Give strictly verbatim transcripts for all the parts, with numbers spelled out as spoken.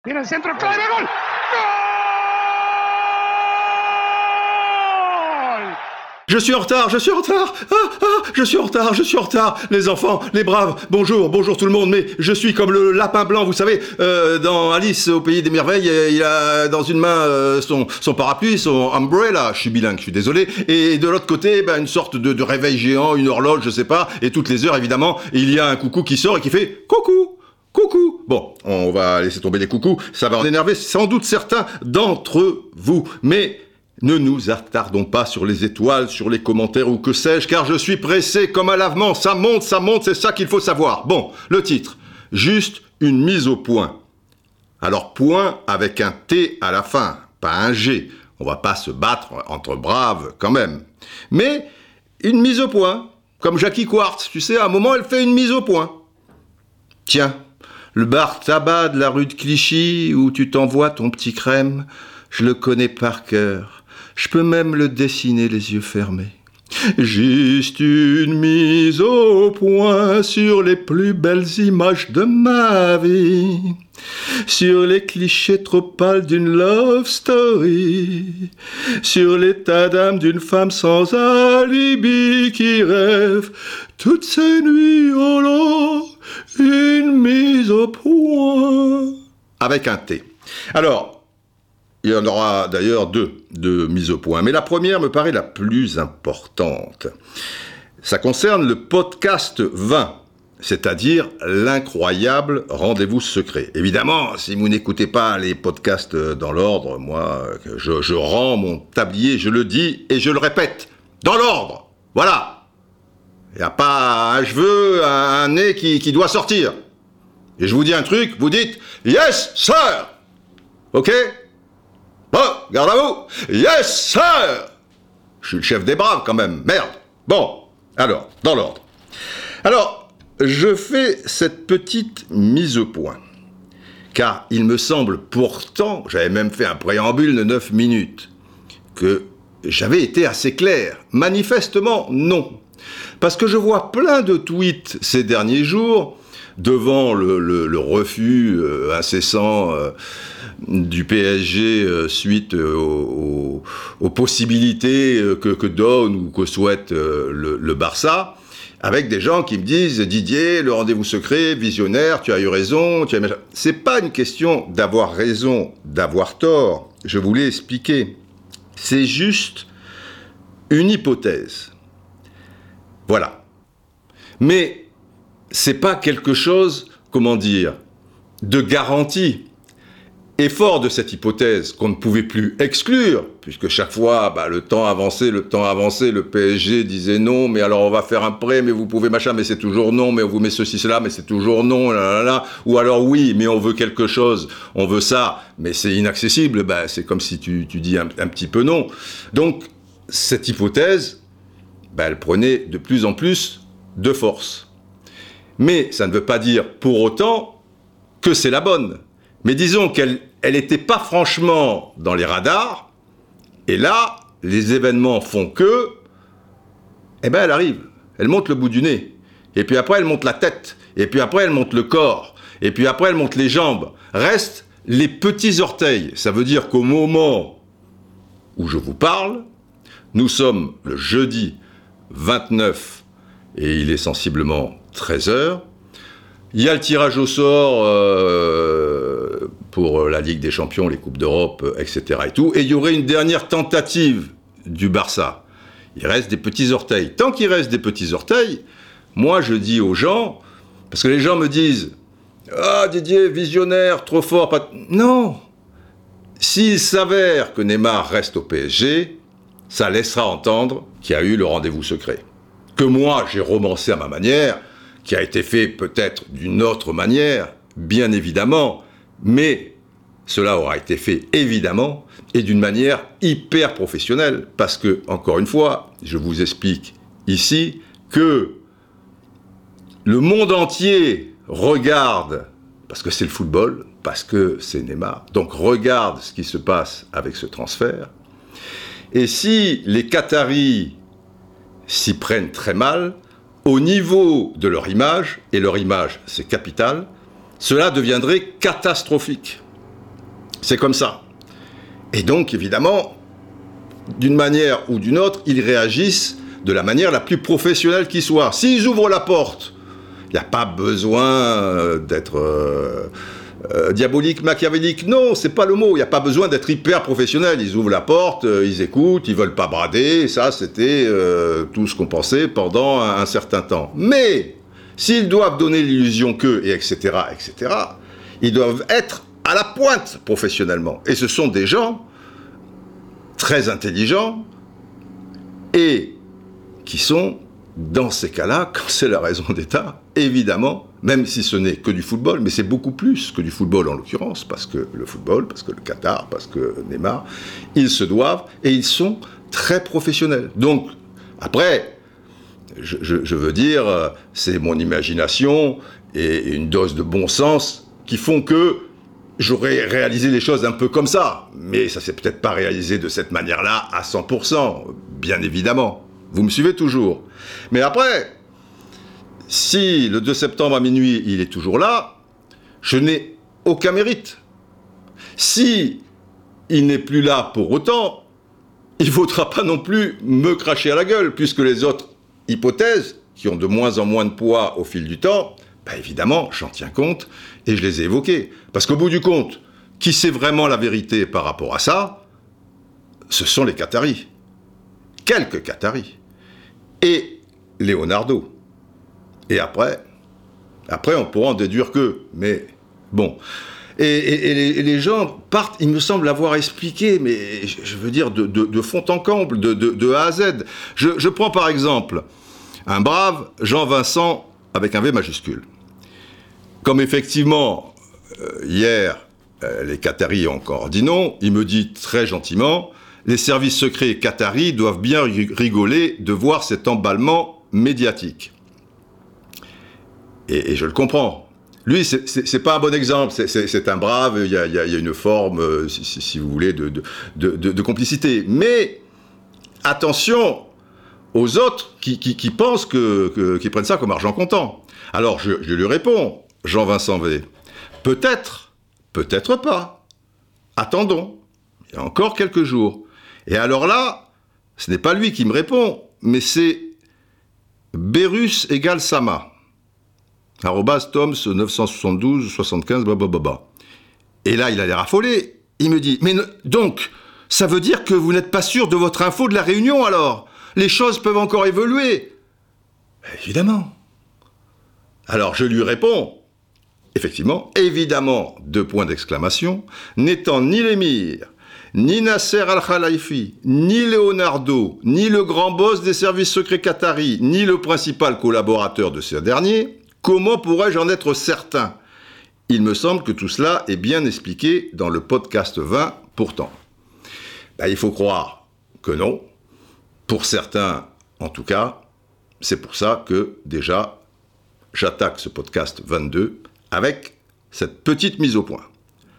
Tira el centro, clave, gol. ¡Gol! Je suis en retard, je suis en retard, ah, ah, je suis en retard, je suis en retard. Les enfants, les braves, bonjour, bonjour tout le monde, mais je suis comme le lapin blanc, vous savez, euh, dans Alice au pays des merveilles, il a dans une main euh, son, son parapluie, son umbrella, je suis bilingue, je suis désolé, et de l'autre côté, ben, une sorte de, de réveil géant, une horloge, je sais pas, et toutes les heures, évidemment, il y a un coucou qui sort et qui fait « Coucou !» Coucou. Bon, on va laisser tomber les coucous, ça va en énerver sans doute certains d'entre vous, mais ne nous attardons pas sur les étoiles, sur les commentaires ou que sais-je, car je suis pressé comme un lavement, ça monte, ça monte, c'est ça qu'il faut savoir. Bon, le titre, juste une mise au point. Alors point avec un T à la fin, pas un G, on va pas se battre entre braves quand même. Mais une mise au point, comme Jackie Quartz, tu sais, à un moment elle fait une mise au point. Tiens, le bar tabac de la rue de Clichy, où tu t'envoies ton petit crème, je le connais par cœur. Je peux même le dessiner les yeux fermés. Juste une mise au point sur les plus belles images de ma vie, sur les clichés trop pâles d'une love story, sur l'état d'âme d'une femme sans alibi qui rêve toutes ces nuits, oh là, une mise au point. Avec un T. Alors, il y en aura d'ailleurs deux de mises au point, mais la première me paraît la plus importante. Ça concerne le podcast vingt, c'est-à-dire l'incroyable rendez-vous secret. Évidemment, si vous n'écoutez pas les podcasts dans l'ordre, moi, je, je rends mon tablier, je le dis et je le répète, dans l'ordre, voilà. Il n'y a pas un cheveu, un, un nez qui, qui doit sortir. Et je vous dis un truc, vous dites « Yes, sir !» Ok ? Bon, garde à vous. Yes, sir. Je suis le chef des braves quand même, merde. Bon, alors, dans l'ordre. Alors, je fais cette petite mise au point. Car il me semble pourtant, j'avais même fait un préambule de neuf minutes, que j'avais été assez clair. Manifestement, non. Parce que je vois plein de tweets ces derniers jours, devant le, le, le refus euh, incessant euh, du P S G euh, suite euh, aux, aux possibilités euh, que, que donne ou que souhaite euh, le, le Barça, avec des gens qui me disent « Didier, le rendez-vous secret, visionnaire, tu as eu raison, tu as... » C'est pas une question d'avoir raison, d'avoir tort, je vous l'ai expliqué. C'est juste une hypothèse. Voilà. Mais c'est pas quelque chose, comment dire, de garanti. Et fort de cette hypothèse qu'on ne pouvait plus exclure, puisque chaque fois, bah, le temps avançait, le temps avançait, le P S G disait non, mais alors on va faire un prêt, mais vous pouvez machin, mais c'est toujours non, mais on vous met ceci, cela, mais c'est toujours non, là, là, là. Ou alors oui, mais on veut quelque chose, on veut ça, mais c'est inaccessible, bah, c'est comme si tu, tu dis un, un petit peu non. Donc, cette hypothèse, bah, elle prenait de plus en plus de force. Mais ça ne veut pas dire pour autant que c'est la bonne. Mais disons qu'elle elle n'était pas franchement dans les radars, et là, les événements font que, eh ben elle arrive, elle monte le bout du nez, et puis après elle monte la tête, et puis après elle monte le corps, et puis après elle monte les jambes. Restent les petits orteils. Ça veut dire qu'au moment où je vous parle, nous sommes le jeudi vingt-neuf, et il est sensiblement treize heures, il y a le tirage au sort euh, pour la Ligue des Champions, les Coupes d'Europe, et cetera et tout. Et il y aurait une dernière tentative du Barça. Il reste des petits orteils. Tant qu'il reste des petits orteils, moi je dis aux gens, parce que les gens me disent « Ah Didier, visionnaire, trop fort, pas... » Non. S'il s'avère que Neymar reste au P S G, ça laissera entendre qu'il y a eu le rendez-vous secret. Que moi j'ai romancé à ma manière, qui a été fait peut-être d'une autre manière, bien évidemment, mais cela aura été fait évidemment et d'une manière hyper professionnelle, parce que, encore une fois, je vous explique ici que le monde entier regarde, parce que c'est le football, parce que c'est Neymar, donc regarde ce qui se passe avec ce transfert, et si les Qataris s'y prennent très mal, au niveau de leur image, et leur image c'est capital, cela deviendrait catastrophique. C'est comme ça. Et donc, évidemment, d'une manière ou d'une autre, ils réagissent de la manière la plus professionnelle qui soit. S'ils ouvrent la porte, il n'y a pas besoin euh, d'être euh, euh, diabolique, machiavélique. Non, c'est pas le mot. Il n'y a pas besoin d'être hyper professionnel. Ils ouvrent la porte, euh, ils écoutent, ils veulent pas brader. Et ça, c'était euh, tout ce qu'on pensait pendant un, un certain temps. Mais s'ils doivent donner l'illusion qu'eux, et etc., et cetera, ils doivent être à la pointe professionnellement. Et ce sont des gens très intelligents et qui sont, dans ces cas-là, quand c'est la raison d'État, évidemment, même si ce n'est que du football, mais c'est beaucoup plus que du football en l'occurrence, parce que le football, parce que le Qatar, parce que Neymar, ils se doivent et ils sont très professionnels. Donc, après, je, je, je veux dire, c'est mon imagination et une dose de bon sens qui font que j'aurais réalisé les choses un peu comme ça, mais ça s'est peut-être pas réalisé de cette manière-là à cent pour cent, bien évidemment. Vous me suivez toujours. Mais après, si le deux septembre à minuit, il est toujours là, je n'ai aucun mérite. Si il n'est plus là pour autant, il ne faudra pas non plus me cracher à la gueule, puisque les autres hypothèses, qui ont de moins en moins de poids au fil du temps, ben évidemment, j'en tiens compte et je les ai évoquées. Parce qu'au bout du compte, qui sait vraiment la vérité par rapport à ça? Ce sont les Qataris. Quelques Qataris. Et Leonardo. Et après, après on pourra en déduire que. Mais bon. Et, et, et, les, et les gens partent, il me semble l'avoir expliqué, mais je veux dire de, de, de fond en comble, de, de, de A à Z. Je, je prends par exemple un brave Jean-Vincent avec un V majuscule. Comme effectivement, euh, hier, euh, les Qataris ont encore dit non, il me dit très gentiment, les services secrets qataris doivent bien rigoler de voir cet emballement médiatique. Et, et je le comprends. Lui, c'est, c'est, c'est pas un bon exemple, c'est, c'est, c'est un brave, il y a, y a, y a une forme, euh, si, si vous voulez, de, de, de, de complicité. Mais, attention aux autres qui, qui, qui pensent que, que, qui prennent ça comme argent comptant. Alors, je, je lui réponds, Jean-Vincent V, peut-être, peut-être pas. Attendons, il y a encore quelques jours. Et alors là, ce n'est pas lui qui me répond, mais c'est Berus égale Sama. Arrobas Toms neuf cent soixante-douze soixante-quinze blablabla. Et là, il a l'air affolé. Il me dit, mais ne, donc, ça veut dire que vous n'êtes pas sûr de votre info de la réunion alors? Les choses peuvent encore évoluer. Évidemment. Alors je lui réponds, effectivement, évidemment, deux points d'exclamation, n'étant ni l'émir, ni Nasser Al-Khelaifi, ni Leonardo, ni le grand boss des services secrets qataris, ni le principal collaborateur de ce dernier, comment pourrais-je en être certain? Il me semble que tout cela est bien expliqué dans le podcast vingt, pourtant. Ben, il faut croire que non. Pour certains, en tout cas, c'est pour ça que, déjà, j'attaque ce podcast vingt-deux avec cette petite mise au point.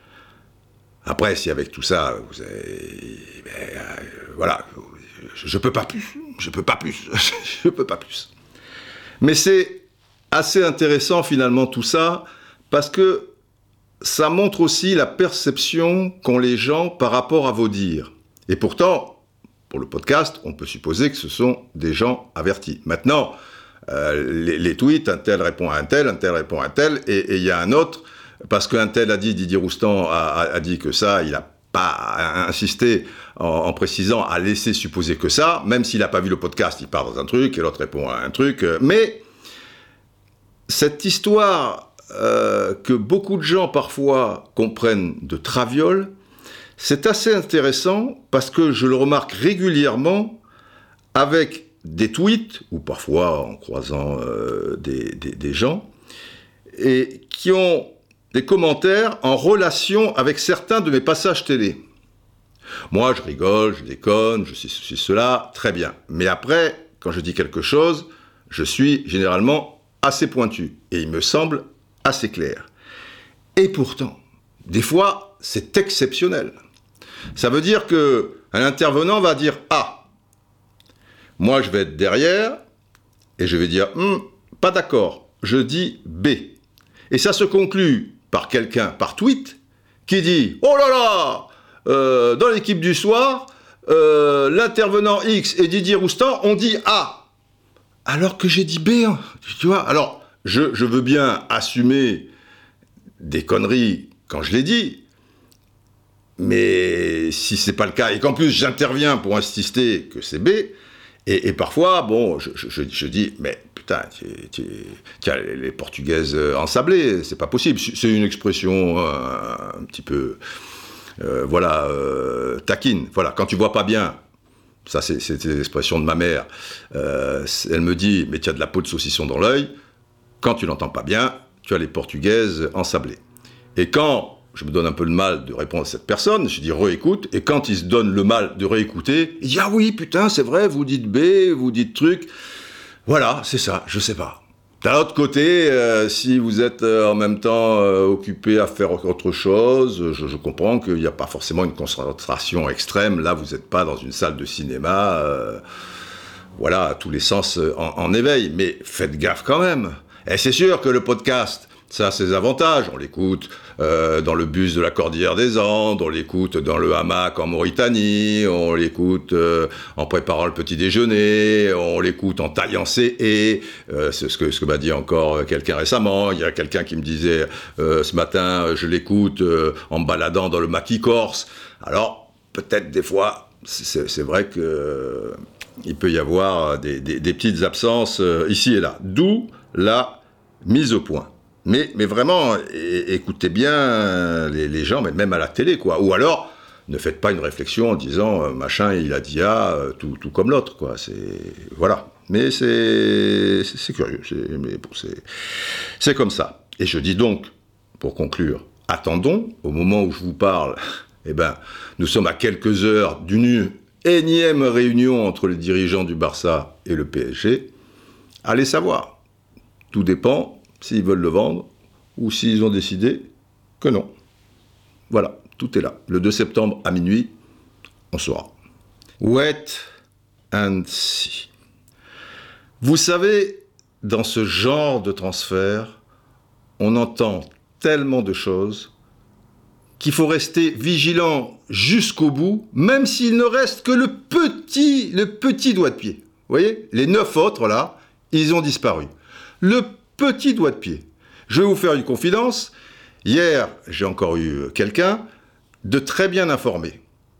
Après, si avec tout ça, vous avez... Ben, euh, voilà, je ne peux pas plus, je ne peux pas plus, je ne peux pas plus. Mais c'est assez intéressant, finalement, tout ça, parce que ça montre aussi la perception qu'ont les gens par rapport à vos dires. Et pourtant... Pour le podcast, on peut supposer que ce sont des gens avertis. Maintenant, euh, les, les tweets, un tel répond à un tel, un tel répond à un tel, et il y a un autre, parce qu'un tel a dit, Didier Roustan a, a, a dit que ça, il n'a pas insisté en, en précisant à laisser supposer que ça, même s'il n'a pas vu le podcast, il part dans un truc, et l'autre répond à un truc. Mais cette histoire euh, que beaucoup de gens, parfois, comprennent de traviole, c'est assez intéressant parce que je le remarque régulièrement avec des tweets, ou parfois en croisant euh, des, des, des gens, et qui ont des commentaires en relation avec certains de mes passages télé. Moi, je rigole, je déconne, je suis ceci, cela, très bien. Mais après, quand je dis quelque chose, je suis généralement assez pointu, et il me semble assez clair. Et pourtant, des fois, c'est exceptionnel. Ça veut dire qu'un intervenant va dire « Ah ». Moi, je vais être derrière et je vais dire hm, « Pas d'accord, je dis B ». Et ça se conclut par quelqu'un, par tweet, qui dit « Oh là là euh, dans l'équipe du soir, euh, l'intervenant X et Didier Roustan ont dit A. » Alors que j'ai dit B. Hein, tu vois, alors, je, je veux bien assumer des conneries quand je l'ai dit, mais si c'est pas le cas, et qu'en plus j'interviens pour insister que c'est B, et, et parfois, bon, je, je, je dis, mais putain, tu as les Portugaises ensablées, c'est pas possible. C'est une expression euh, un petit peu, euh, voilà, euh, taquine. Voilà, quand tu vois pas bien, ça c'est l'expression de ma mère, euh, elle me dit, mais tu as de la peau de saucisson dans l'œil. Quand tu l'entends pas bien, tu as les Portugaises ensablées. Et quand je me donne un peu le mal de répondre à cette personne, je dis réécoute, et quand il se donne le mal de réécouter, il dit ah oui, putain, c'est vrai, vous dites B, vous dites truc. Voilà, c'est ça, je sais pas. D'un autre côté, euh, si vous êtes euh, en même temps euh, occupé à faire autre chose, je, je comprends qu'il n'y a pas forcément une concentration extrême. Là, vous n'êtes pas dans une salle de cinéma, euh, voilà, à tous les sens en, en éveil. Mais faites gaffe quand même. Et c'est sûr que le podcast, ça a ses avantages. On l'écoute euh, dans le bus de la Cordillère des Andes, on l'écoute dans le hamac en Mauritanie, on l'écoute euh, en préparant le petit déjeuner, on l'écoute en taillant ses haies. Euh, c'est ce que, ce que m'a dit encore quelqu'un récemment. Il y a quelqu'un qui me disait euh, ce matin, je l'écoute euh, en me baladant dans le maquis corse. Alors, peut-être des fois, c'est vrai que euh, il peut y avoir des, des, des petites absences euh, ici et là. D'où la mise au point. Mais, mais vraiment, é écoutez bien les, les gens, mais même à la télé, quoi. Ou alors, ne faites pas une réflexion en disant euh, machin, il a dit A, euh, tout, tout comme l'autre, quoi. C'est voilà. Mais c'est c'est curieux. Mais bon, c'est comme ça. Et je dis donc, pour conclure, attendons au moment où je vous parle. Eh ben, nous sommes à quelques heures d'une énième réunion entre les dirigeants du Barça et le P S G. Allez savoir. Tout dépend s'ils veulent le vendre ou s'ils ont décidé que non. Voilà, tout est là. Le deux septembre à minuit, on saura. Wait and see. Vous savez, dans ce genre de transfert, on entend tellement de choses qu'il faut rester vigilant jusqu'au bout, même s'il ne reste que le petit, le petit doigt de pied. Vous voyez, les neuf autres, là, ils ont disparu. Le petit doigt de pied. Je vais vous faire une confidence. Hier, j'ai encore eu quelqu'un de très bien informé.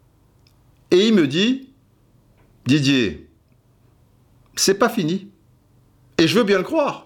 Et il me dit, Didier, c'est pas fini. Et je veux bien le croire.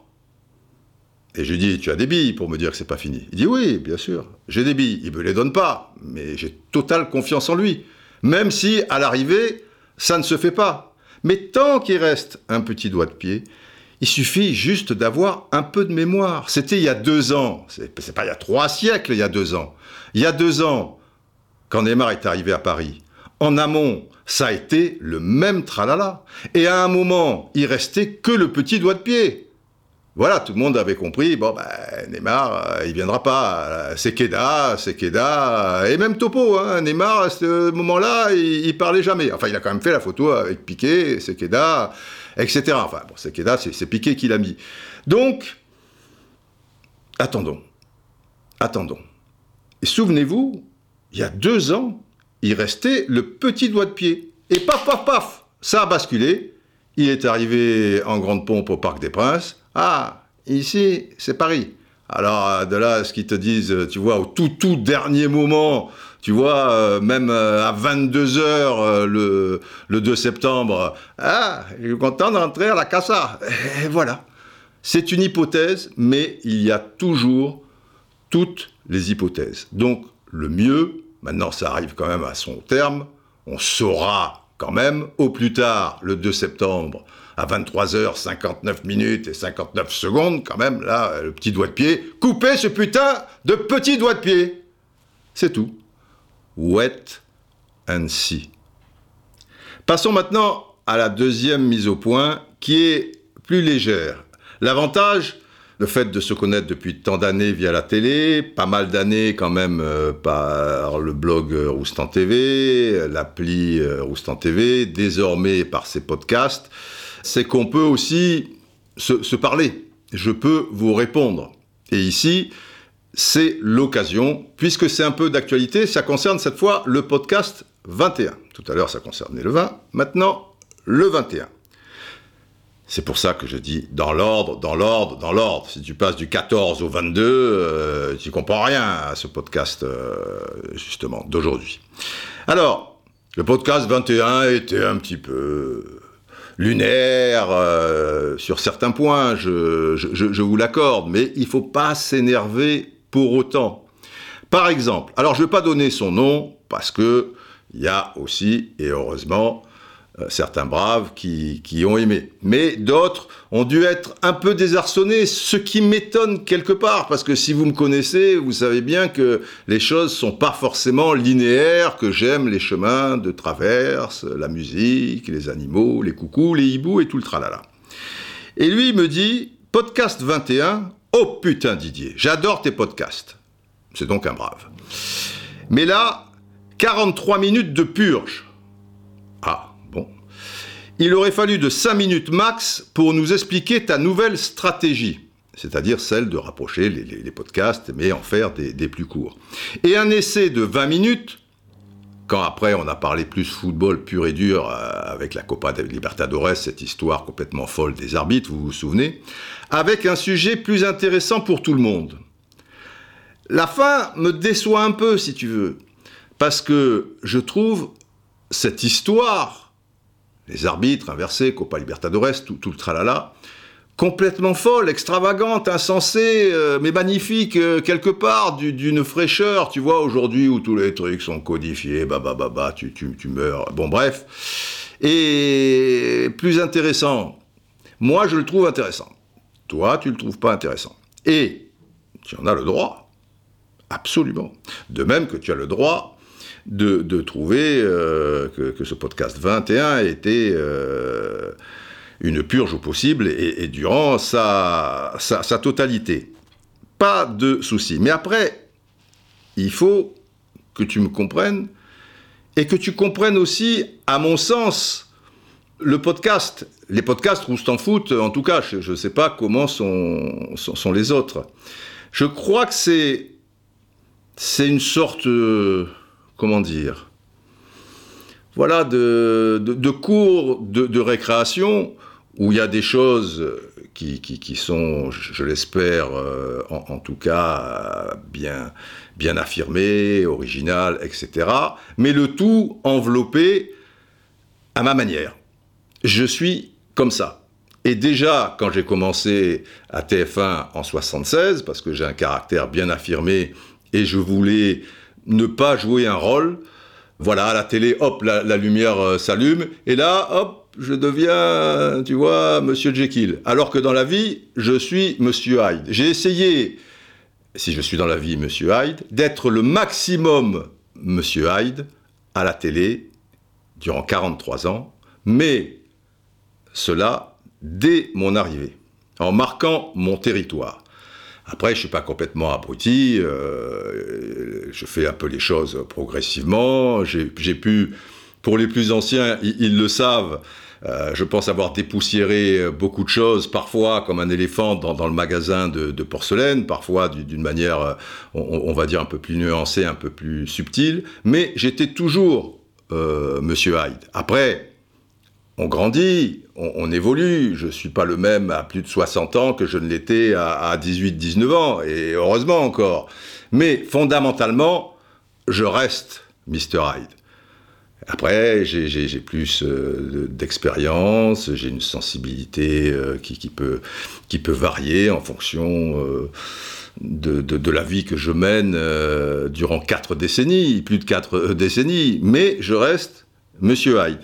Et je lui dis, tu as des billes pour me dire que c'est pas fini. Il dit, oui, bien sûr, j'ai des billes. Il me les donne pas, mais j'ai totale confiance en lui. Même si, à l'arrivée, ça ne se fait pas. Mais tant qu'il reste un petit doigt de pied, il suffit juste d'avoir un peu de mémoire. C'était il y a deux ans. C'est pas il y a trois siècles, il y a deux ans. Il y a deux ans, quand Neymar est arrivé à Paris, en amont, ça a été le même tralala. Et à un moment, il restait que le petit doigt de pied. Voilà, tout le monde avait compris, bon, ben, Neymar, euh, il viendra pas. C'est Keda, c'est Keda, et même Topo, hein, Neymar, à ce moment-là, il, il parlait jamais. Enfin, il a quand même fait la photo avec Piqué, c'est Keda, et cetera. Enfin, bon, c'est Keda, c'est Piqué qui l'a mis. Donc, attendons, attendons. Et souvenez-vous, il y a deux ans, il restait le petit doigt de pied. Et paf, paf, paf, ça a basculé. Il est arrivé en grande pompe au Parc des Princes. Ah, ici, c'est Paris. Alors, de là à ce qu'ils te disent, tu vois, au tout, tout dernier moment, tu vois, euh, même euh, à vingt-deux heures, euh, le, le deux septembre, ah, je suis content d'entrer à la Casa. Et voilà. C'est une hypothèse, mais il y a toujours toutes les hypothèses. Donc, le mieux, maintenant ça arrive quand même à son terme, on saura quand même, au plus tard, le deux septembre, à vingt-trois heures cinquante-neuf minutes et cinquante-neuf secondes, quand même, là, le petit doigt de pied, coupez ce putain de petit doigt de pied. C'est tout. Wait and see. Passons maintenant à la deuxième mise au point, qui est plus légère. L'avantage, le fait de se connaître depuis tant d'années via la télé, pas mal d'années quand même euh, par le blog euh, Roustan T V, l'appli euh, Roustan T V, désormais par ses podcasts, c'est qu'on peut aussi se, se parler. Je peux vous répondre. Et ici, c'est l'occasion, puisque c'est un peu d'actualité, ça concerne cette fois le podcast vingt et un. Tout à l'heure, ça concernait le vingt, maintenant, le vingt et un. C'est pour ça que je dis dans l'ordre, dans l'ordre, dans l'ordre. Si tu passes du quatorze au vingt-deux, euh, tu comprends rien à ce podcast, euh, justement, d'aujourd'hui. Alors, le podcast vingt et un était un petit peu lunaire euh, sur certains points, je, je, je vous l'accorde, mais il ne faut pas s'énerver pour autant. Par exemple, alors je ne vais pas donner son nom, parce qu'il y a aussi, et heureusement, Euh, certains braves qui, qui ont aimé. Mais d'autres ont dû être un peu désarçonnés, ce qui m'étonne quelque part, parce que si vous me connaissez, vous savez bien que les choses ne sont pas forcément linéaires, que j'aime les chemins de traverse, la musique, les animaux, les coucous, les hiboux et tout le tralala. Et lui me dit, podcast vingt et un, oh putain Didier, j'adore tes podcasts. C'est donc un brave. Mais là, quarante-trois minutes de purge. Ah, bon. Il aurait fallu de cinq minutes max pour nous expliquer ta nouvelle stratégie, c'est-à-dire celle de rapprocher les, les, les podcasts, mais en faire des, des plus courts. Et un essai de vingt minutes, quand après on a parlé plus football pur et dur euh, avec la Copa Libertadores, cette histoire complètement folle des arbitres, vous vous souvenez, avec un sujet plus intéressant pour tout le monde. La fin me déçoit un peu, si tu veux, parce que je trouve cette histoire, les arbitres inversés, Copa Libertadores, tout, tout le tralala, complètement folle, extravagante, insensée, euh, mais magnifique, euh, quelque part, du, d'une fraîcheur, tu vois, aujourd'hui où tous les trucs sont codifiés, bah, bah, bah, bah, tu, tu, tu meurs, bon, bref. Et plus intéressant, moi, je le trouve intéressant. Toi, tu le trouves pas intéressant. Et tu en as le droit, absolument. De même que tu as le droit de, de trouver euh, que, que ce podcast vingt et un était euh, une purge au possible et, et durant sa, sa, sa totalité. Pas de souci. Mais après, il faut que tu me comprennes et que tu comprennes aussi, à mon sens, le podcast. Les podcasts Rousse en foot, en tout cas, je ne sais pas comment sont, sont, sont les autres. Je crois que c'est, c'est une sorte... Euh, comment dire, voilà, de, de, de cours de, de récréation où il y a des choses qui, qui, qui sont, je l'espère, euh, en, en tout cas, bien, bien affirmées, originales, et cetera. Mais le tout enveloppé à ma manière. Je suis comme ça. Et déjà, quand j'ai commencé à T F un en soixante-seize, parce que j'ai un caractère bien affirmé et je voulais ne pas jouer un rôle. Voilà, à la télé, hop, la, la lumière euh, s'allume, et là, hop, je deviens, tu vois, Monsieur Jekyll. Alors que dans la vie, je suis Monsieur Hyde. J'ai essayé, si je suis dans la vie Monsieur Hyde, d'être le maximum Monsieur Hyde à la télé durant quarante-trois ans, mais cela dès mon arrivée, en marquant mon territoire. Après, je ne suis pas complètement abruti, euh, je fais un peu les choses progressivement, j'ai, j'ai pu, pour les plus anciens, ils, ils le savent, euh, je pense avoir dépoussiéré beaucoup de choses, parfois comme un éléphant dans, dans le magasin de, de porcelaine, parfois d'une manière, on, on va dire, un peu plus nuancée, un peu plus subtile, mais j'étais toujours euh, Monsieur Hyde. Après, on grandit, on, on évolue, je ne suis pas le même à plus de soixante ans que je ne l'étais à, à dix-huit dix-neuf ans, et heureusement encore. Mais fondamentalement, je reste Mister Hyde. Après, j'ai, j'ai, j'ai plus euh, d'expérience, j'ai une sensibilité euh, qui, qui, peut, qui peut varier en fonction euh, de, de, de la vie que je mène euh, durant quatre décennies, plus de quatre décennies, mais je reste Monsieur Hyde.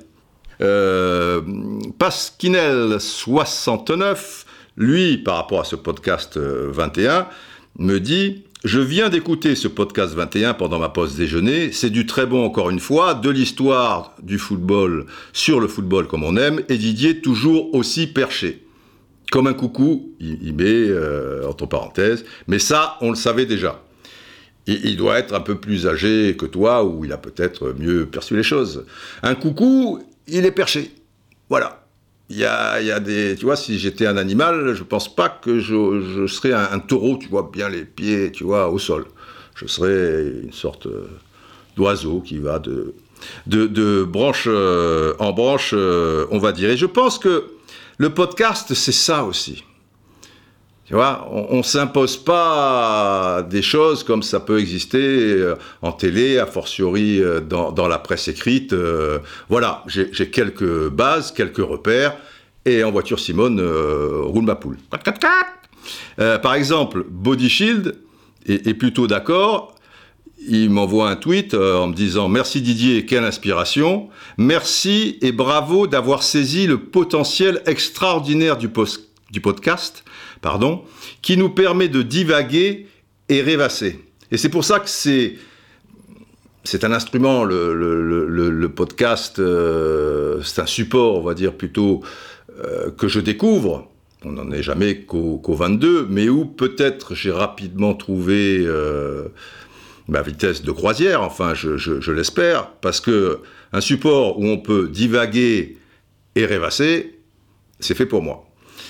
Euh, Pasquinel soixante-neuf, lui, par rapport à ce podcast vingt et un, me dit « Je viens d'écouter ce podcast vingt et un pendant ma pause déjeuner, c'est du très bon encore une fois, de l'histoire du football sur le football comme on aime, et Didier toujours aussi perché. » Comme un coucou, il, il met euh, entre parenthèses, mais ça, on le savait déjà. Il, il doit être un peu plus âgé que toi, ou il a peut-être mieux perçu les choses. Un coucou... il est perché, voilà. il y a, il y a des... Tu vois, si j'étais un animal, je pense pas que je, je serais un, un taureau, tu vois, bien les pieds, tu vois, au sol. Je serais une sorte d'oiseau qui va de, de, de branche euh, en branche, euh, on va dire. Et je pense que le podcast, c'est ça aussi. Tu vois, on ne s'impose pas des choses comme ça peut exister euh, en télé, a fortiori euh, dans, dans la presse écrite. Euh, voilà, j'ai, j'ai quelques bases, quelques repères, et en voiture, Simone euh, roule ma poule. Euh, par exemple, Body Shield est, est plutôt d'accord. Il m'envoie un tweet euh, en me disant « Merci Didier, quelle inspiration. Merci et bravo d'avoir saisi le potentiel extraordinaire du, post, du podcast, pardon, qui nous permet de divaguer et rêvasser. » Et c'est pour ça que c'est, c'est un instrument, le, le, le, le podcast, euh, c'est un support, on va dire, plutôt euh, que je découvre. On n'en est jamais qu'au, qu'au vingt-deux, mais où peut-être j'ai rapidement trouvé... Euh, ma vitesse de croisière, enfin je, je, je l'espère, parce que un support où on peut divaguer et rêvasser, c'est fait pour moi.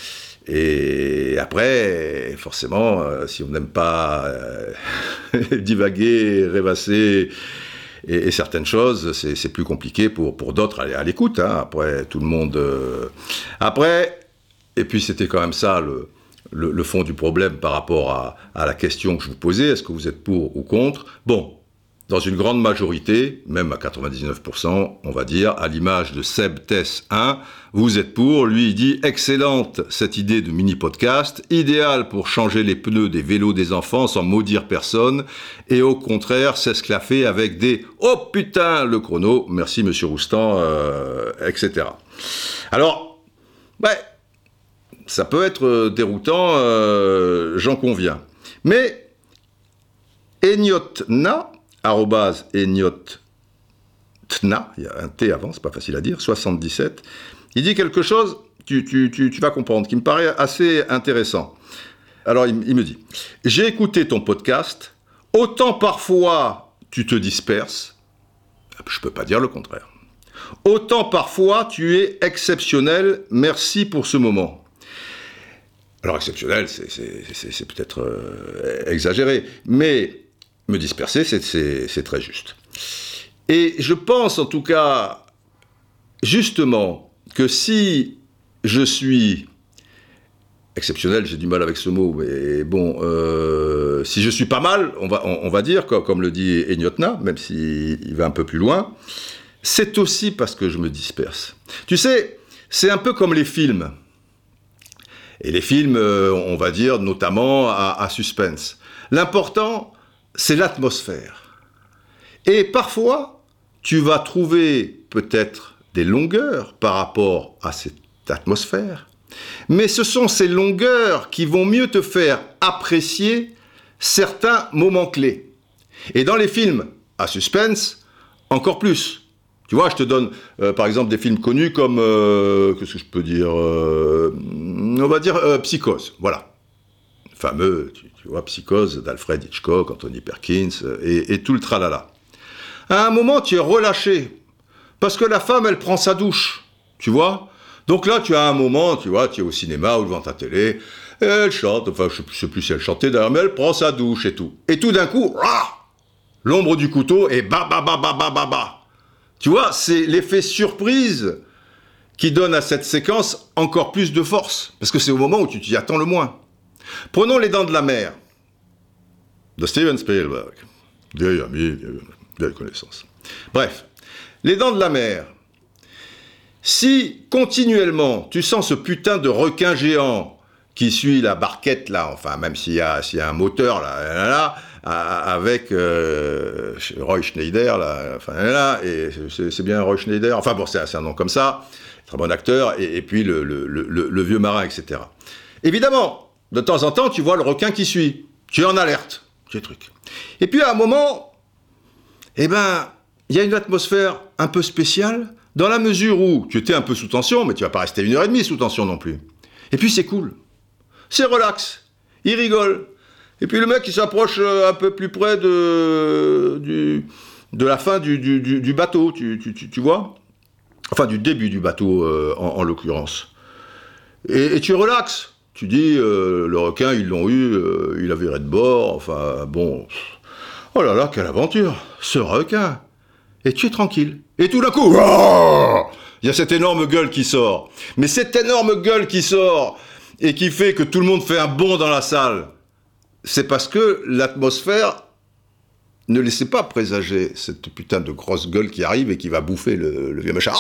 Et après, forcément, euh, si on n'aime pas euh, divaguer, rêvasser et, et certaines choses, c'est, c'est plus compliqué pour, pour d'autres à, à l'écoute. Hein. Après, tout le monde... Euh... Après, et puis c'était quand même ça le... Le, le fond du problème par rapport à, à la question que je vous posais, est-ce que vous êtes pour ou contre? Bon, dans une grande majorité, même à quatre-vingt-dix-neuf pour cent, on va dire, à l'image de Seb Tess un, vous êtes pour, lui il dit « Excellente cette idée de mini-podcast, idéal pour changer les pneus des vélos des enfants sans maudire personne, et au contraire s'esclaffer avec des « Oh putain, le chrono, merci monsieur Roustan, euh, et cetera » Alors, ouais, ça peut être déroutant, euh, j'en conviens. Mais Enyotna, arrobase Enyotna, il y a un T avant, c'est pas facile à dire, soixante-dix-sept, il dit quelque chose, tu, tu, tu, tu vas comprendre, qui me paraît assez intéressant. Alors il, il me dit, j'ai écouté ton podcast, autant parfois tu te disperses, je peux pas dire le contraire, autant parfois tu es exceptionnel, merci pour ce moment. Alors exceptionnel, c'est, c'est, c'est, c'est peut-être euh, exagéré, mais me disperser, c'est, c'est, c'est très juste. Et je pense en tout cas, justement, que si je suis exceptionnel, j'ai du mal avec ce mot, mais bon, euh, si je suis pas mal, on va, on, on va dire, comme, comme le dit Enyotna, même s'il va un peu plus loin, c'est aussi parce que je me disperse. Tu sais, c'est un peu comme les films. Et les films, euh, on va dire, notamment à, à suspense. L'important, c'est l'atmosphère. Et parfois, tu vas trouver peut-être des longueurs par rapport à cette atmosphère, mais ce sont ces longueurs qui vont mieux te faire apprécier certains moments clés. Et dans les films à suspense, encore plus. Tu vois, je te donne, euh, par exemple, des films connus comme, euh, qu'est-ce que je peux dire, euh, on va dire euh, Psychose, voilà. Fameux, tu, tu vois, Psychose d'Alfred Hitchcock, Anthony Perkins, et, et tout le tralala. À un moment, tu es relâché, parce que la femme, elle prend sa douche, tu vois. Donc là, tu as un moment, tu vois, tu es au cinéma ou devant ta télé, et elle chante, enfin, je ne sais plus si elle chantait d'ailleurs, mais elle prend sa douche et tout. Et tout d'un coup, rah, l'ombre du couteau, et ba ba ba ba ba ba ba. Tu vois, c'est l'effet surprise qui donne à cette séquence encore plus de force, parce que c'est au moment où tu t'y attends le moins. Prenons Les Dents de la Mer, de Steven Spielberg. Vieil ami, vieille connaissance. Bref, Les Dents de la Mer. Si, continuellement, tu sens ce putain de requin géant qui suit la barquette, là, enfin, même s'il y a, s'il y a un moteur, là, là, là, avec euh, Roy Schneider, là, enfin, là, et c'est, c'est bien Roy Schneider, enfin bon, c'est, c'est un nom comme ça, très bon acteur, et, et puis le, le, le, le vieux marin, et cetera. Évidemment, de temps en temps, tu vois le requin qui suit, tu es en alerte, c'est le truc. Et puis à un moment, eh ben, il y a une atmosphère un peu spéciale, dans la mesure où tu étais un peu sous tension, mais tu vas pas rester une heure et demie sous tension non plus. Et puis c'est cool, c'est relax, il rigole. Et puis le mec, il s'approche un peu plus près de, du, de la fin du, du, du bateau, tu, tu, tu, tu vois ? Enfin, du début du bateau, euh, en, en l'occurrence. Et, et tu relaxes. Tu dis, euh, le requin, ils l'ont eu, euh, il a viré de bord, enfin, bon... Oh là là, quelle aventure, ce requin. Et tu es tranquille. Et tout d'un coup, oh, il y a cette énorme gueule qui sort. Mais cette énorme gueule qui sort et qui fait que tout le monde fait un bond dans la salle, c'est parce que l'atmosphère ne laissait pas présager cette putain de grosse gueule qui arrive et qui va bouffer le, le vieux machin.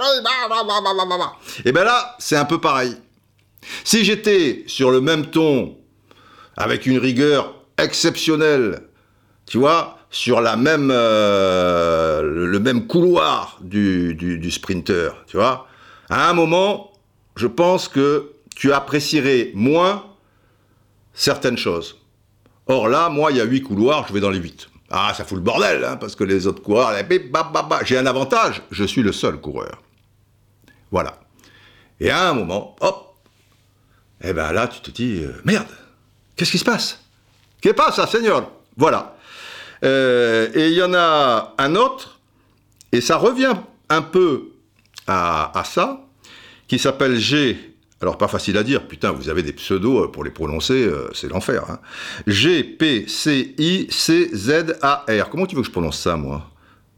Et bien là, c'est un peu pareil. Si j'étais sur le même ton, avec une rigueur exceptionnelle, tu vois, sur la même, euh, le même couloir du, du, du sprinter, tu vois, à un moment, je pense que tu apprécierais moins certaines choses. Or là, moi, il y a huit couloirs, je vais dans les huit. Ah, ça fout le bordel, hein, parce que les autres coureurs, les bip, bap, bap, bap. J'ai un avantage, je suis le seul coureur. Voilà. Et à un moment, hop, et ben là, tu te dis, euh, merde, qu'est-ce qui se passe? Qu'est-ce qui passe, Seigneur? Voilà. Euh, et il y en a un autre, et ça revient un peu à, à ça, qui s'appelle G. Alors, pas facile à dire, putain, vous avez des pseudos pour les prononcer, euh, c'est l'enfer. Hein. G P C I C Z A R. Comment tu veux que je prononce ça, moi?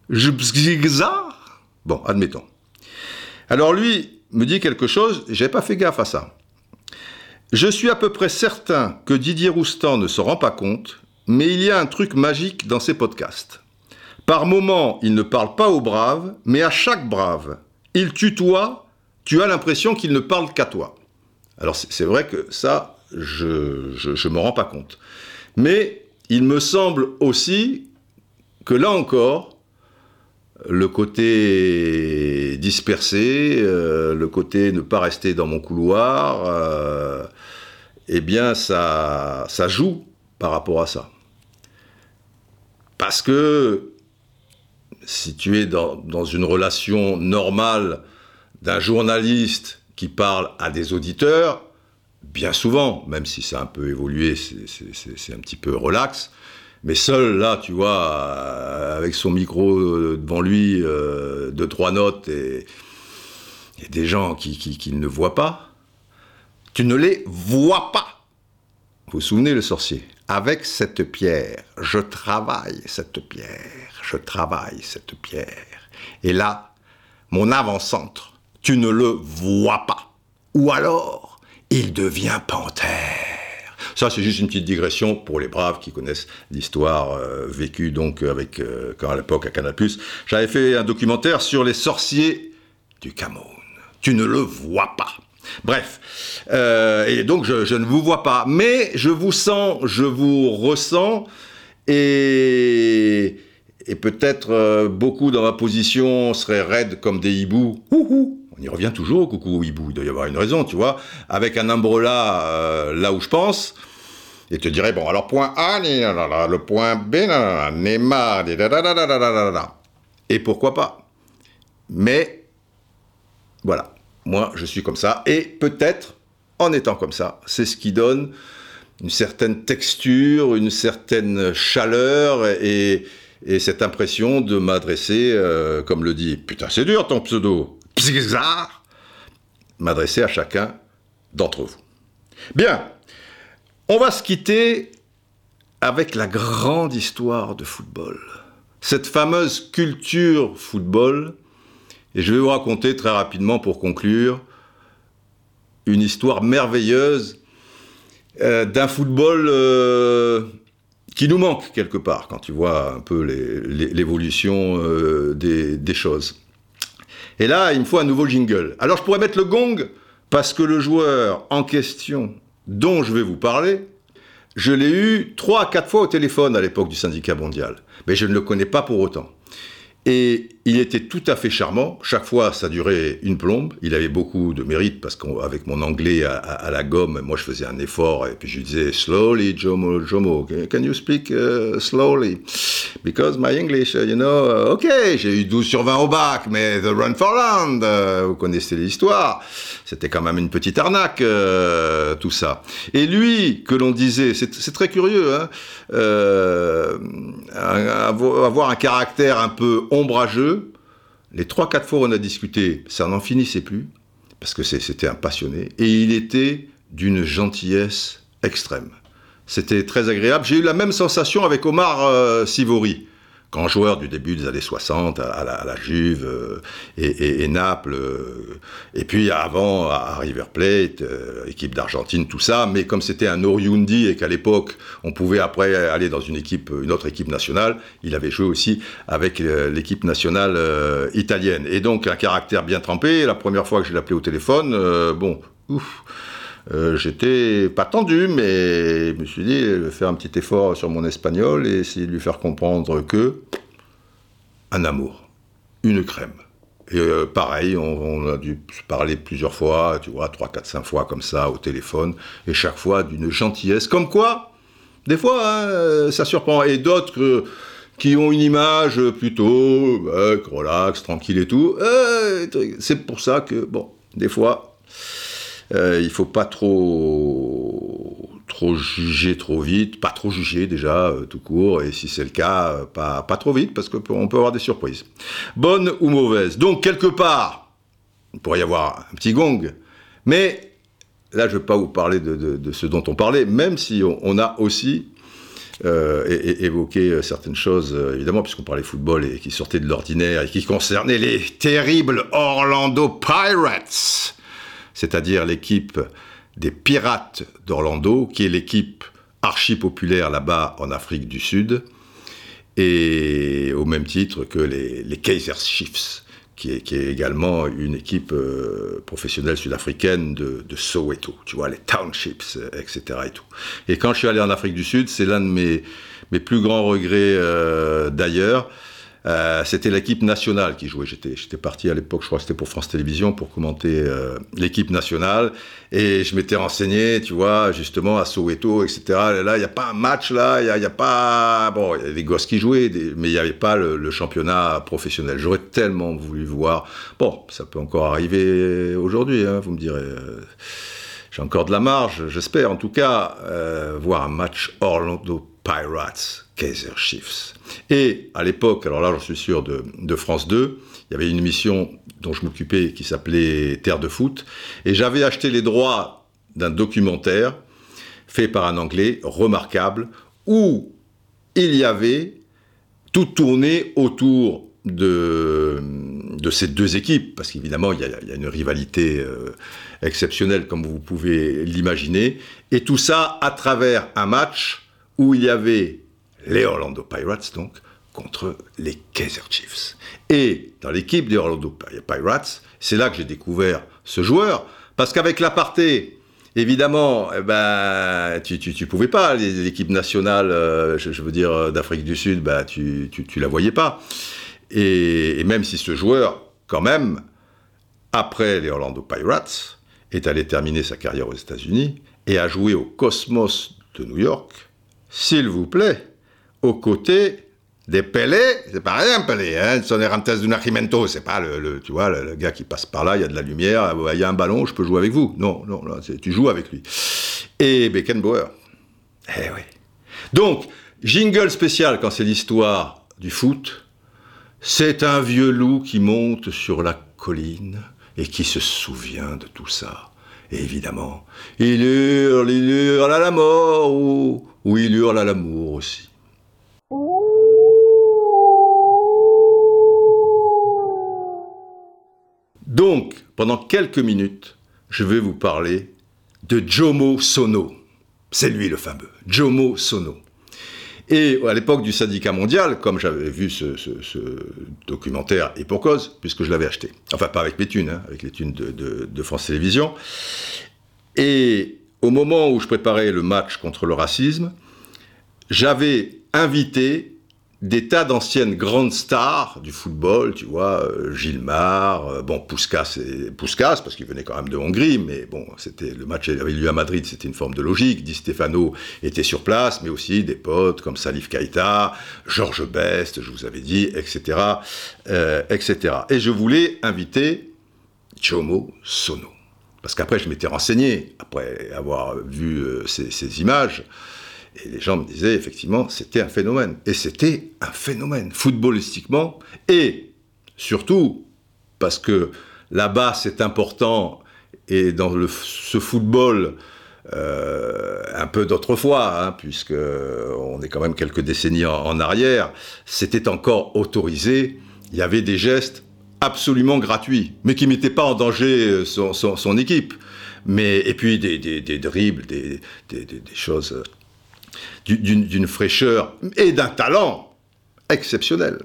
Jbzigzar? Bon, admettons. Alors, lui me dit quelque chose, j'avais pas fait gaffe à ça. Je suis à peu près certain que Didier Roustan ne se rend pas compte, mais il y a un truc magique dans ses podcasts. Par moments, il ne parle pas aux braves, mais à chaque brave, il tutoie, tu as l'impression qu'il ne parle qu'à toi. Alors c'est vrai que ça, je ne me rends pas compte. Mais il me semble aussi que là encore, le côté dispersé, euh, le côté ne pas rester dans mon couloir, euh, eh bien ça, ça joue par rapport à ça. Parce que si tu es dans, dans une relation normale d'un journaliste qui parle à des auditeurs, bien souvent, même si c'est un peu évolué, c'est un petit peu relax, mais seul là, tu vois, avec son micro devant lui, euh, deux, trois notes et, et des gens qui, qui, qui ne voient pas, tu ne les vois pas. Vous vous souvenez le sorcier? Avec cette pierre, je travaille cette pierre, je travaille cette pierre. Et là, mon avant-centre, tu ne le vois pas. Ou alors, il devient panthère. Ça, c'est juste une petite digression pour les braves qui connaissent l'histoire euh, vécue donc avec, euh, quand à l'époque à Canal plus, j'avais fait un documentaire sur les sorciers du Cameroun. Tu ne le vois pas. Bref, euh, et donc je, je ne vous vois pas, mais je vous sens, je vous ressens, et, et peut-être euh, beaucoup dans ma position seraient raides comme des hiboux. Ouhou. On y revient toujours, coucou au hibou, il doit y avoir une raison, tu vois, avec un umbrella euh, là où je pense, et te dirais, bon, alors point A, le point B, Neymar, et pourquoi pas. Mais, voilà. Moi, je suis comme ça, et peut-être, en étant comme ça, c'est ce qui donne une certaine texture, une certaine chaleur, et, et cette impression de m'adresser, euh, comme le dit, putain, c'est dur ton pseudo, Psizar, m'adresser à chacun d'entre vous. Bien, on va se quitter avec la grande histoire de football, cette fameuse culture football. Et je vais vous raconter très rapidement, pour conclure, une histoire merveilleuse euh, d'un football euh, qui nous manque quelque part, quand tu vois un peu l'évolution euh, des, des choses. Et là, il me faut un nouveau jingle. Alors je pourrais mettre le gong, parce que le joueur en question dont je vais vous parler, je l'ai eu trois à quatre fois au téléphone à l'époque du syndicat mondial. Mais je ne le connais pas pour autant. Et il était tout à fait charmant. Chaque fois, ça durait une plombe. Il avait beaucoup de mérite parce qu'avec mon anglais à, à, à la gomme, moi, je faisais un effort et puis je lui disais « Slowly, Jomo, Jomo, can you speak uh, slowly? Because my English, you know, uh, ok, j'ai eu douze sur vingt au bac, mais the run for land, uh, vous connaissez l'histoire. C'était quand même une petite arnaque, uh, tout ça. Et lui, que l'on disait, c'est très curieux, hein, euh, avoir un caractère un peu ombrageux. Les trois, quatre fois où on a discuté, ça n'en finissait plus. parce que c'était un passionné, et il était d'une gentillesse extrême. C'était très agréable. J'ai eu la même sensation avec Omar euh, Sivori, grand joueur du début des années soixante, à la, à la Juve euh, et, et, et Naples, euh, et puis avant à River Plate, euh, équipe d'Argentine, tout ça, mais comme c'était un Oriundi et qu'à l'époque on pouvait après aller dans une équipe, une autre équipe nationale, il avait joué aussi avec euh, l'équipe nationale euh, italienne, et donc un caractère bien trempé. La première fois que je l'ai appelé au téléphone, euh, bon, ouf, Euh, j'étais pas tendu, mais je me suis dit, je vais faire un petit effort sur mon espagnol et essayer de lui faire comprendre que un amour, une crème. Et euh, pareil, on, on a dû se parler plusieurs fois, tu vois, trois, quatre, cinq fois comme ça au téléphone, et chaque fois d'une gentillesse, comme quoi, des fois, hein, ça surprend. Et d'autres euh, qui ont une image plutôt euh, relax, tranquille et tout, euh, c'est pour ça que, bon, des fois, Euh, il ne faut pas trop, trop juger trop vite, pas trop juger déjà, euh, tout court, et si c'est le cas, euh, pas, pas trop vite, parce qu'on peut avoir des surprises. Bonne ou mauvaise. Donc, quelque part, il pourrait y avoir un petit gong, mais là, je ne vais pas vous parler de, de, de ce dont on parlait, même si on, on a aussi euh, é, é, évoqué certaines choses, euh, évidemment, puisqu'on parlait football et qui sortaient de l'ordinaire, et qui concernaient les terribles Orlando Pirates, c'est-à-dire l'équipe des Pirates d'Orlando, qui est l'équipe archi-populaire là-bas en Afrique du Sud, et au même titre que les, les Kaiser Chiefs, qui est, qui est également une équipe euh, professionnelle sud-africaine de, de Soweto, tu vois, les Townships, et cetera. Et, tout. Et quand je suis allé en Afrique du Sud, c'est l'un de mes, mes plus grands regrets euh, d'ailleurs. Euh, c'était l'équipe nationale qui jouait. J'étais, j'étais parti à l'époque, je crois que c'était pour France Télévisions, pour commenter euh, l'équipe nationale. Et je m'étais renseigné, tu vois, justement à Soweto, et cetera. Et là, il n'y a pas un match, là, il n'y a, a pas... Bon, il y a des gosses qui jouaient, des... mais il n'y avait pas le, le championnat professionnel. J'aurais tellement voulu voir. Bon, ça peut encore arriver aujourd'hui, hein, vous me direz. J'ai encore de la marge, j'espère. En tout cas, euh, voir un match Orlando Pirates, Kaiser Chiefs. Et à l'époque, alors là j'en suis sûr, de, de France deux, il y avait une émission dont je m'occupais qui s'appelait Terre de foot, et j'avais acheté les droits d'un documentaire fait par un Anglais remarquable, où il y avait tout tourné autour de, de ces deux équipes, parce qu'évidemment il y a, il y a une rivalité euh, exceptionnelle comme vous pouvez l'imaginer, et tout ça à travers un match où il y avait les Orlando Pirates, donc, contre les Kaiser Chiefs. Et dans l'équipe des Orlando Pirates, c'est là que j'ai découvert ce joueur, parce qu'avec l'aparté, évidemment, eh ben, tu, tu, tu pouvais pas, l'équipe nationale, euh, je, je veux dire, d'Afrique du Sud, ben, tu, tu, tu la voyais pas. Et, et même si ce joueur, quand même, après les Orlando Pirates, est allé terminer sa carrière aux États-Unis et a joué au Cosmos de New York, s'il vous plaît, aux côtés des Pelé, c'est pas rien Pelé, hein, Son Errantes du Nascimento, c'est pas le, le, tu vois, le, le gars qui passe par là, il y a de la lumière, il y a un ballon, je peux jouer avec vous. Non, non, là, tu joues avec lui. Et Beckenbauer. Eh oui. Donc, jingle spécial quand c'est l'histoire du foot, c'est un vieux loup qui monte sur la colline et qui se souvient de tout ça. Et évidemment, il hurle, il hurle à la mort, ou, ou il hurle à l'amour aussi. Donc, pendant quelques minutes, je vais vous parler de Jomo Sono. C'est lui le fameux, Jomo Sono. Et à l'époque du syndicat mondial, comme j'avais vu ce, ce, ce documentaire, et pour cause, puisque je l'avais acheté. Enfin, pas avec mes thunes, hein, avec les thunes de, de, de France Télévisions. Et au moment où je préparais le match contre le racisme, j'avais invité des tas d'anciennes grandes stars du football, tu vois, euh, Gilmar, euh, bon, Puskas, et, Puskas, parce qu'il venait quand même de Hongrie, mais bon, c'était, le match avait lieu à Madrid, c'était une forme de logique. Di Stefano était sur place, mais aussi des potes comme Salif Keïta, Georges Best, je vous avais dit, et cetera, euh, et cetera. Et je voulais inviter Jomo Sono. Parce qu'après, je m'étais renseigné, après avoir vu euh, ces, ces images, et les gens me disaient, effectivement, c'était un phénomène. Et c'était un phénomène, footballistiquement, et surtout, parce que là-bas, c'est important, et dans le, ce football euh, un peu d'autrefois, hein, puisque on est quand même quelques décennies en, en arrière, c'était encore autorisé. Il y avait des gestes absolument gratuits, mais qui ne mettaient pas en danger son, son, son équipe. Mais, et puis des, des, des dribbles, des, des, des, des choses d'une, d'une fraîcheur et d'un talent exceptionnel.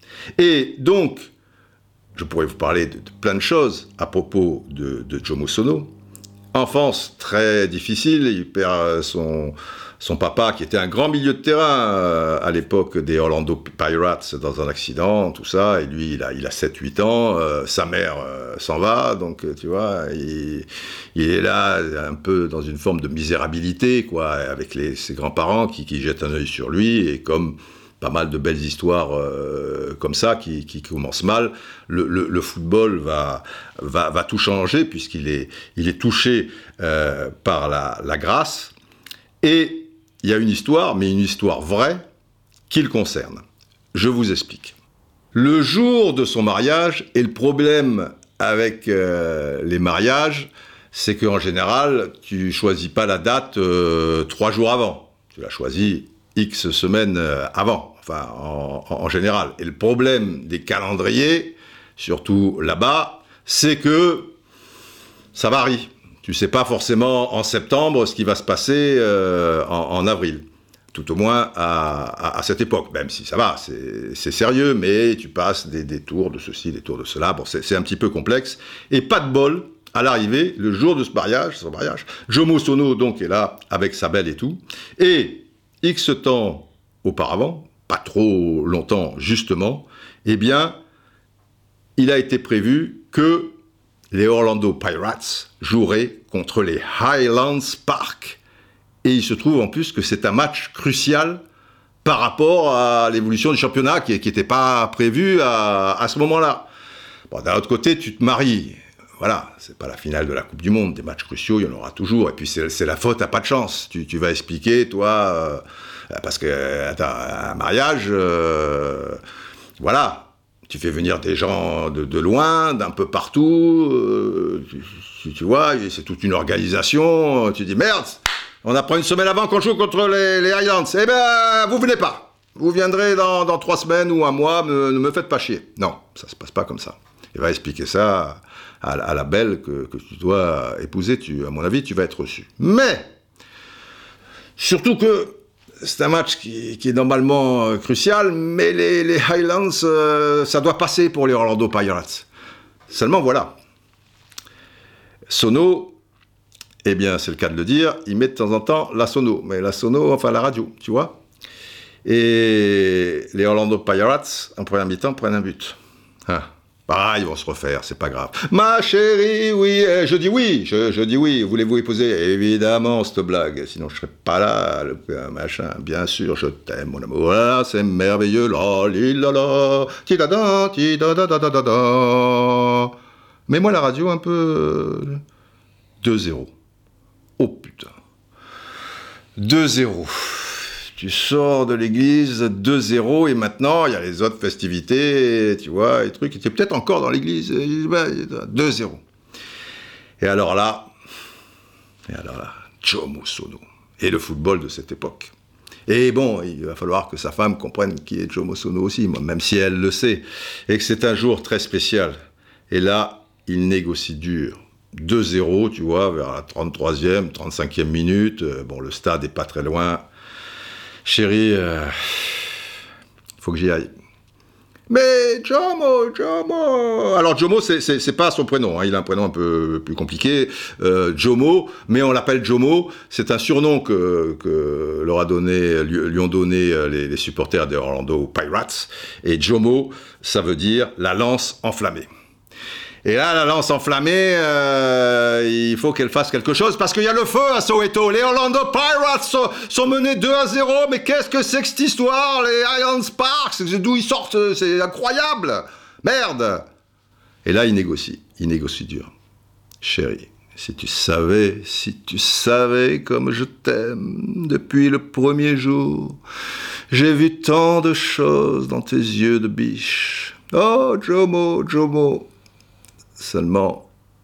Et donc, je pourrais vous parler de, de plein de choses à propos de, de Jomo Sono. Enfance très difficile, il perd son, son papa qui était un grand milieu de terrain euh, à l'époque des Orlando Pirates dans un accident, tout ça, et lui il a, il a sept huit ans, euh, sa mère euh, s'en va, donc tu vois, il, il est là un peu dans une forme de misérabilité, quoi, avec les, ses grands-parents qui, qui jettent un œil sur lui, et comme pas mal de belles histoires euh, comme ça qui, qui commencent mal. Le, le, le football va, va, va tout changer puisqu'il est, il est touché euh, par la, la grâce. Et il y a une histoire, mais une histoire vraie, qui le concerne. Je vous explique. Le jour de son mariage, et le problème avec euh, les mariages, c'est qu'en général, tu choisis pas la date euh, trois jours avant. Tu la choisis X semaines avant, enfin en, en, en général. Et le problème des calendriers, surtout là-bas, c'est que ça varie. Tu sais pas forcément en septembre ce qui va se passer euh, en, en avril. Tout au moins à, à, à cette époque, même si ça va, c'est, c'est sérieux, mais tu passes des, des tours de ceci, des tours de cela. Bon, c'est, c'est un petit peu complexe. Et pas de bol, à l'arrivée, le jour de ce mariage, son mariage, Jomo Sono donc est là avec sa belle et tout. Et X temps auparavant, pas trop longtemps justement, eh bien, il a été prévu que les Orlando Pirates joueraient contre les Highlands Park. Et il se trouve en plus que c'est un match crucial par rapport à l'évolution du championnat qui n'était pas prévu à, à ce moment-là. Bon, d'un autre côté, tu te maries. Voilà, c'est pas la finale de la Coupe du Monde, des matchs cruciaux, il y en aura toujours. Et puis c'est, c'est la faute à pas de chance. Tu, tu vas expliquer, toi, euh, parce que attends, un mariage, euh, voilà, tu fais venir des gens de, de loin, d'un peu partout, euh, tu, tu vois, c'est toute une organisation. Tu dis merde, on apprend une semaine avant qu'on joue contre les, les Highlands. Eh ben, vous venez pas. Vous viendrez dans, dans trois semaines ou un mois, me, ne me faites pas chier. Non, ça se passe pas comme ça. Il va expliquer ça à, à la belle que, que tu dois épouser, tu, à mon avis, tu vas être reçu. Mais, surtout que c'est un match qui, qui est normalement euh, crucial, mais les, les Highlands, euh, ça doit passer pour les Orlando Pirates. Seulement, voilà. Sono, eh bien, c'est le cas de le dire, il met de temps en temps la sono, mais la sono, enfin la radio, tu vois. Et les Orlando Pirates, en première mi-temps, prennent un but. Hein. Ah, ils vont se refaire, c'est pas grave. Ma chérie, oui, je dis oui, je, je dis oui, voulez-vous épouser? Évidemment, cette blague, sinon je serais pas là, le machin, bien sûr, je t'aime, mon amour, voilà, c'est merveilleux, la, li, la, la, ti, da, da, ti, da, da, da, da, da, da. Mets-moi la radio un peu... deux zéro. Oh putain. deux zéro. Tu sors de l'église, deux zéro, et maintenant, il y a les autres festivités, tu vois, les trucs, tu es peut-être encore dans l'église, deux zéro. Et alors là, et alors là, Jomo Sono, et le football de cette époque. Et bon, il va falloir que sa femme comprenne qui est Jomo Sono aussi, même si elle le sait, et que c'est un jour très spécial. Et là, il négocie dur. deux zéro, tu vois, vers la trente-troisième, trente-cinquième minute, bon, le stade n'est pas très loin. Chérie, euh, faut que j'y aille. Mais Jomo, Jomo. Alors Jomo, c'est, c'est, c'est pas son prénom, hein. Il a un prénom un peu plus compliqué, euh, Jomo, mais on l'appelle Jomo. C'est un surnom que, que leur a donné, lui, lui ont donné les, les supporters des Orlando Pirates. Et Jomo, ça veut dire la lance enflammée. Et là, la lance enflammée, euh, il faut qu'elle fasse quelque chose, parce qu'il y a le feu à Soweto. Les Orlando Pirates sont, sont menés deux à zéro, mais qu'est-ce que c'est que cette histoire? Les Highlands Park, c'est d'où ils sortent, c'est incroyable. Merde. Et là, il négocie, il négocie dur. Chérie, si tu savais, si tu savais comme je t'aime depuis le premier jour, j'ai vu tant de choses dans tes yeux de biche. Oh, Jomo, Jomo. Seulement,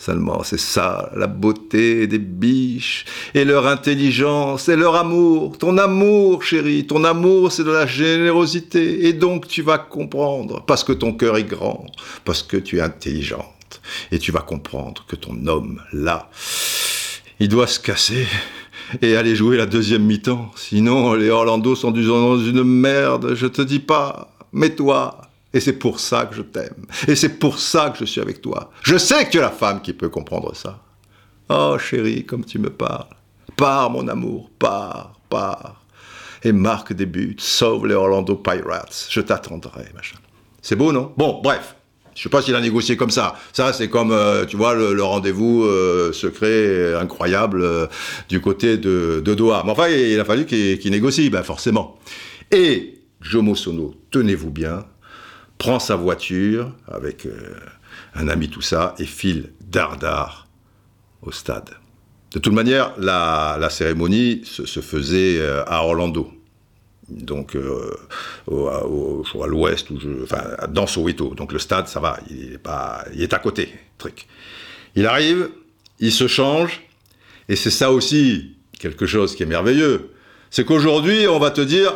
Seulement, c'est ça, la beauté des biches, et leur intelligence, et leur amour. Ton amour, chérie, ton amour, c'est de la générosité. Et donc, tu vas comprendre, parce que ton cœur est grand, parce que tu es intelligente. Et tu vas comprendre que ton homme, là, il doit se casser et aller jouer la deuxième mi-temps. Sinon, les Orlando sont dans une merde, je te dis pas. Mais toi... Et c'est pour ça que je t'aime. Et c'est pour ça que je suis avec toi. Je sais que tu es la femme qui peut comprendre ça. Oh chérie, comme tu me parles. Pars mon amour, pars, pars. Et marque des buts, sauve les Orlando Pirates. Je t'attendrai, machin. C'est beau, non? Bon, bref. Je sais pas s'il a négocié comme ça. Ça, c'est comme, euh, tu vois, le, le rendez-vous euh, secret incroyable euh, du côté de, de Doha. Mais enfin, il, il a fallu qu'il, qu'il négocie, ben forcément. Et Jomo Sono, tenez-vous bien, prend sa voiture avec euh, un ami, tout ça, et file dardard au stade. De toute manière, la, la cérémonie se, se faisait euh, à Orlando, donc euh, au, au, à l'ouest, ou je, enfin, dans Soweto. Donc le stade, ça va, il est, pas, il est à côté, truc. Il arrive, il se change, et c'est ça aussi quelque chose qui est merveilleux. C'est qu'aujourd'hui, on va te dire...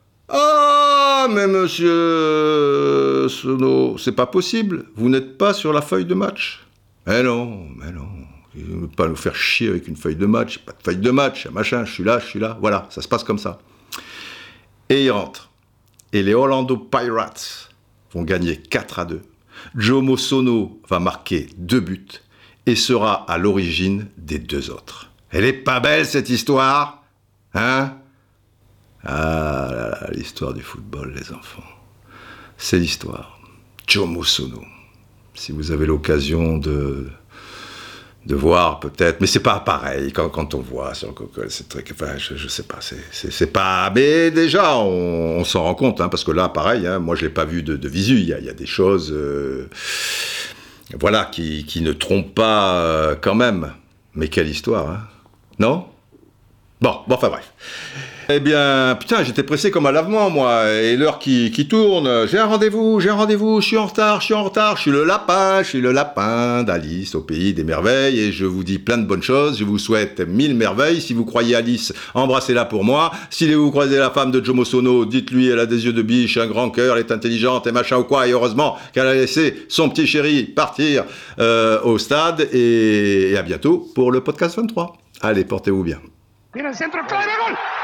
Ah, mais monsieur Sono, c'est pas possible, vous n'êtes pas sur la feuille de match. Mais non, mais non, il ne veut pas nous faire chier avec une feuille de match, pas de feuille de match, machin, je suis là, je suis là, voilà, ça se passe comme ça. Et il rentre, et les Orlando Pirates vont gagner quatre à deux. Jomo Sono va marquer deux buts, et sera à l'origine des deux autres. Elle est pas belle cette histoire, hein ? Ah là là, l'histoire du football, les enfants. C'est l'histoire. Jomo Sono. Si vous avez l'occasion de, de voir peut-être, mais c'est pas pareil quand, quand on voit sur le Coca-Cola, c'est très, enfin, je, je sais pas, c'est, c'est, c'est pas, mais déjà on, on s'en rend compte, hein, parce que là, pareil, hein, moi je l'ai pas vu de, de visu, il y a, il y a des choses, euh, voilà, qui, qui ne trompent pas euh, quand même. Mais quelle histoire, hein, non ? Bon, bon, enfin bref. Eh bien, putain, j'étais pressé comme un lavement, moi, et l'heure qui, qui tourne, j'ai un rendez-vous, j'ai un rendez-vous, je suis en retard, je suis en retard, je suis le lapin, je suis le lapin d'Alice au pays des merveilles, et je vous dis plein de bonnes choses, je vous souhaite mille merveilles, si vous croyez Alice, embrassez-la pour moi, si vous croisez la femme de Jomo Sono, dites-lui, elle a des yeux de biche, un grand cœur, elle est intelligente, et machin ou quoi, et heureusement qu'elle a laissé son petit chéri partir euh, au stade, et, et à bientôt pour le podcast vingt-trois. Allez, portez-vous bien. Viene el centro, clave, gol.